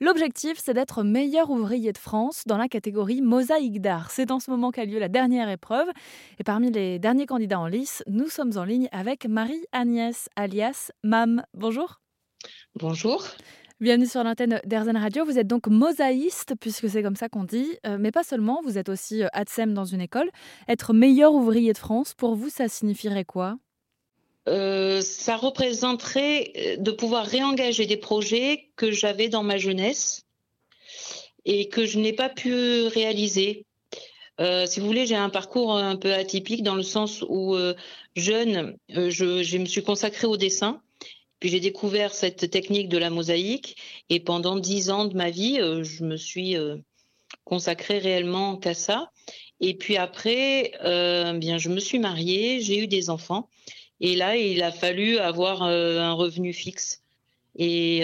L'objectif, c'est d'être meilleur ouvrier de France dans la catégorie mosaïque d'art. C'est en ce moment qu'a lieu la dernière épreuve. Et parmi les derniers candidats en lice, nous sommes en ligne avec Marie-Agnès, alias Mam. Bonjour. Bonjour. Bienvenue sur l'antenne d'RZN Radio. Vous êtes donc mosaïste, puisque c'est comme ça qu'on dit. Mais pas seulement, vous êtes aussi ATSEM dans une école. Être meilleur ouvrier de France, pour vous, ça signifierait quoi ? Ça représenterait de pouvoir réengager des projets que j'avais dans ma jeunesse et que je n'ai pas pu réaliser. Si vous voulez, j'ai un parcours un peu atypique dans le sens où jeune, je me suis consacrée au dessin. Puis j'ai découvert cette technique de la mosaïque et pendant 10 ans de ma vie, je me suis consacrée réellement qu'à ça. Et puis après, bien, je me suis mariée, j'ai eu des enfants. Et là, il a fallu avoir un revenu fixe. Et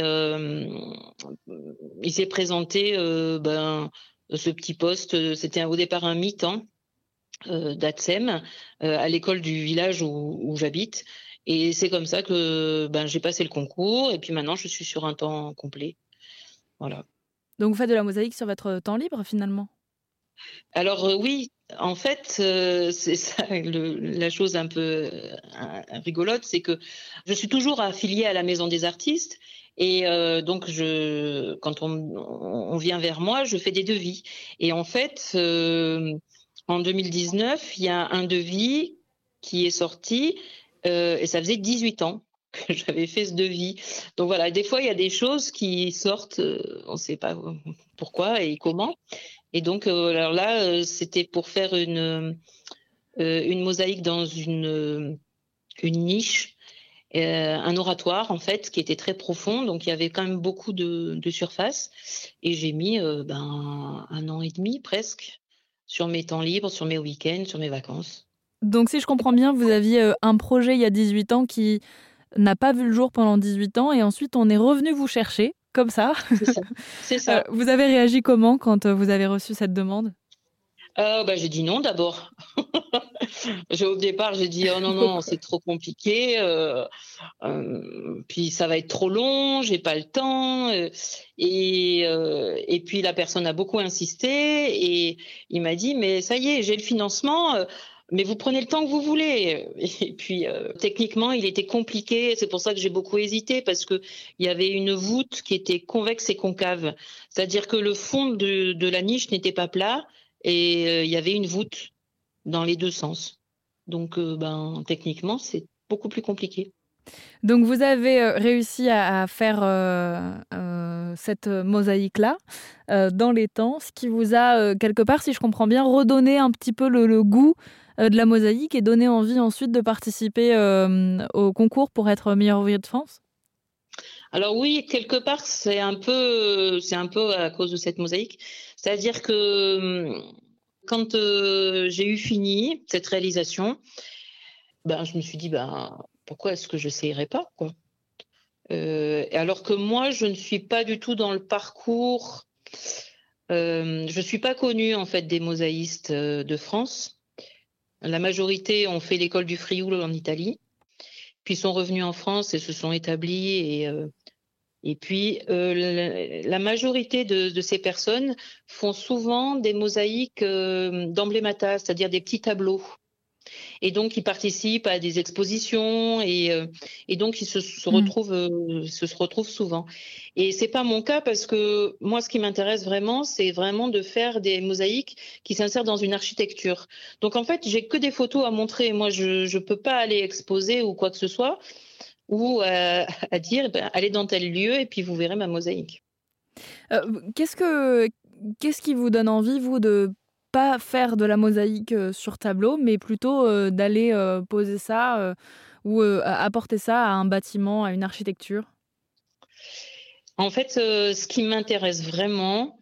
il s'est présenté ce petit poste. C'était au départ un mi-temps d'ATSEM à l'école du village où j'habite. Et c'est comme ça que j'ai passé le concours. Et puis maintenant, je suis sur un temps complet. Voilà. Donc vous faites de la mosaïque sur votre temps libre, finalement ? Alors oui, en fait, c'est ça la chose un peu rigolote, c'est que je suis toujours affiliée à la Maison des artistes et donc quand on vient vers moi, je fais des devis. Et en fait, en 2019, il y a un devis qui est sorti et ça faisait 18 ans que j'avais fait ce devis. Donc voilà, des fois, il y a des choses qui sortent, on ne sait pas pourquoi et comment. Et donc, alors là, c'était pour faire une mosaïque dans une niche, un oratoire en fait, qui était très profond. Donc, il y avait quand même beaucoup de surface. Et j'ai mis 1 an et demi presque sur mes temps libres, sur mes week-ends, sur mes vacances. Donc si je comprends bien, vous aviez un projet il y a 18 ans qui n'a pas vu le jour pendant 18 ans et ensuite on est revenu vous chercher, comme ça. C'est ça. C'est ça. Vous avez réagi comment quand vous avez reçu cette demande ? J'ai dit non d'abord. Au départ, j'ai dit oh non, c'est trop compliqué. Puis ça va être trop long, j'ai pas le temps. Et puis la personne a beaucoup insisté et il m'a dit mais ça y est, j'ai le financement. Mais vous prenez le temps que vous voulez. Et puis techniquement, il était compliqué. C'est pour ça que j'ai beaucoup hésité parce que il y avait une voûte qui était convexe et concave. C'est-à-dire que le fond de la niche n'était pas plat et il y avait une voûte dans les deux sens. Donc techniquement, c'est beaucoup plus compliqué. Donc vous avez réussi à faire cette mosaïque-là dans les temps, ce qui vous a, quelque part, si je comprends bien, redonné un petit peu le goût de la mosaïque et donné envie ensuite de participer au concours pour être meilleur ouvrier de France ? Alors oui, quelque part, c'est un peu à cause de cette mosaïque. C'est-à-dire que quand j'ai eu fini cette réalisation, je me suis dit pourquoi est-ce que je n'essayerais pas quoi. Alors que moi, je ne suis pas du tout dans le parcours. Je suis pas connue en fait des mosaïstes de France. La majorité ont fait l'école du Frioul en Italie, puis sont revenus en France et se sont établis. Et puis la majorité de ces personnes font souvent des mosaïques d'emblémata, c'est-à-dire des petits tableaux. Et donc, ils participent à des expositions et donc, ils se retrouvent souvent. Et c'est pas mon cas parce que moi, ce qui m'intéresse vraiment, c'est vraiment de faire des mosaïques qui s'insèrent dans une architecture. Donc, en fait, j'ai que des photos à montrer. Moi, je peux pas aller exposer ou quoi que ce soit ou à dire, allez dans tel lieu et puis vous verrez ma mosaïque. Qu'est-ce qui vous donne envie, vous, de pas faire de la mosaïque sur tableau, mais plutôt d'aller poser ça ou apporter ça à un bâtiment, à une architecture ? En fait, ce qui m'intéresse vraiment,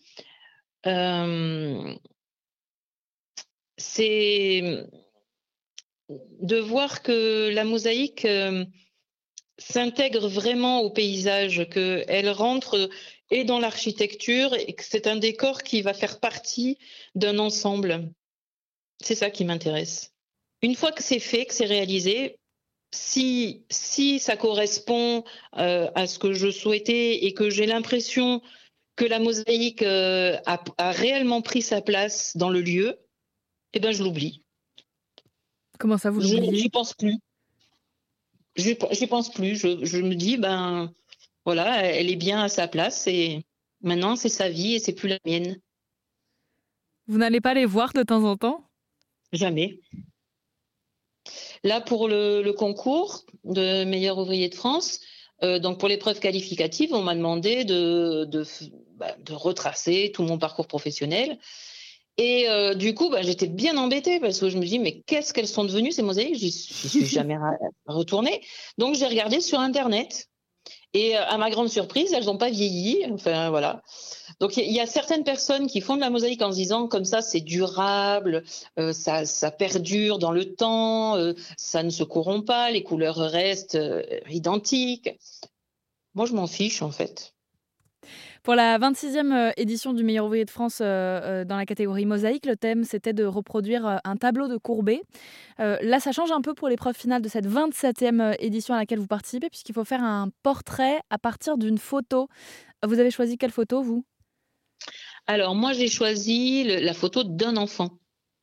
c'est de voir que la mosaïque s'intègre vraiment au paysage, qu'elle rentre et dans l'architecture et que c'est un décor qui va faire partie d'un ensemble. C'est ça qui m'intéresse. Une fois que c'est fait, que c'est réalisé, si ça correspond à ce que je souhaitais et que j'ai l'impression que la mosaïque a réellement pris sa place dans le lieu, eh ben je l'oublie. Comment ça, vous l'oubliez ? J'y pense plus. J'y pense plus. Je me dis, ben voilà, elle est bien à sa place et maintenant c'est sa vie et c'est plus la mienne. Vous n'allez pas les voir de temps en temps ? Jamais. Là, pour le concours de meilleur ouvrier de France, donc pour l'épreuve qualificative, on m'a demandé de retracer tout mon parcours professionnel. Et du coup, j'étais bien embêtée parce que je me dis, mais qu'est-ce qu'elles sont devenues ces mosaïques ? J'y suis jamais retournée. Donc, j'ai regardé sur Internet. Et à ma grande surprise, elles n'ont pas vieilli. Enfin, voilà. Donc, il y a certaines personnes qui font de la mosaïque en se disant, comme ça, c'est durable, ça perdure dans le temps, ça ne se corrompt pas, les couleurs restent identiques. Moi, je m'en fiche, en fait. Pour la 26e édition du meilleur ouvrier de France dans la catégorie mosaïque, le thème c'était de reproduire un tableau de Courbet. Là, ça change un peu pour l'épreuve finale de cette 27e édition à laquelle vous participez, puisqu'il faut faire un portrait à partir d'une photo. Vous avez choisi quelle photo, vous ? Alors, moi, j'ai choisi la photo d'un enfant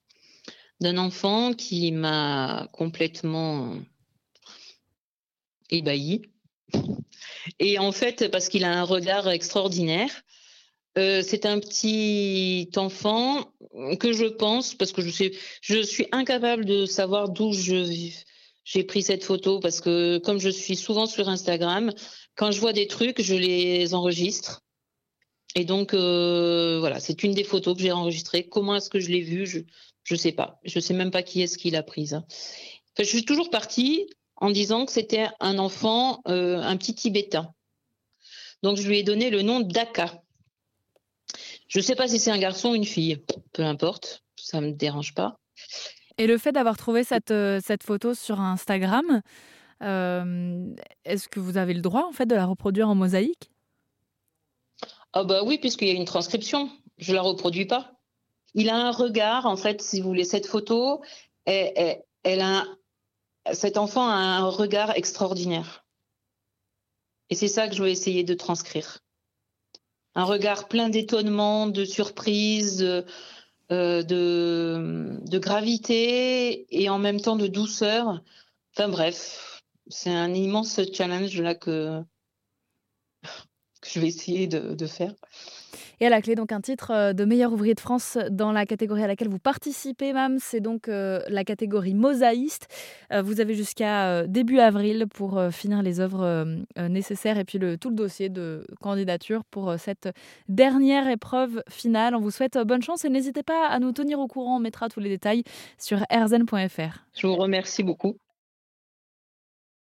qui m'a complètement ébahie. Et en fait, parce qu'il a un regard extraordinaire. C'est un petit enfant que je pense, parce que je suis incapable de savoir d'où j'ai pris cette photo, parce que comme je suis souvent sur Instagram, quand je vois des trucs, je les enregistre. Et donc, voilà, c'est une des photos que j'ai enregistrées. Comment est-ce que je l'ai vue ? Je sais pas. Je sais même pas qui est-ce qui l'a prise. Enfin, je suis toujours partie en disant que c'était un enfant, un petit Tibétain. Donc, je lui ai donné le nom d'Aka. Je ne sais pas si c'est un garçon ou une fille. Peu importe, ça ne me dérange pas. Et le fait d'avoir trouvé cette photo sur Instagram, est-ce que vous avez le droit en fait de la reproduire en mosaïque ? Ah bah oui, puisqu'il y a une transcription. Je ne la reproduis pas. Il a un regard, en fait, si vous voulez, cette photo, cet enfant a un regard extraordinaire. Et c'est ça que je veux essayer de transcrire. Un regard plein d'étonnement, de surprise, de gravité et en même temps de douceur. Enfin bref, c'est un immense challenge là que je vais essayer de faire. Et à la clé, donc un titre de meilleur ouvrier de France dans la catégorie à laquelle vous participez, Mame, c'est donc la catégorie mosaïste. Vous avez jusqu'à début avril pour finir les œuvres nécessaires et puis tout le dossier de candidature pour cette dernière épreuve finale. On vous souhaite bonne chance et n'hésitez pas à nous tenir au courant. On mettra tous les détails sur rzn.fr. Je vous remercie beaucoup.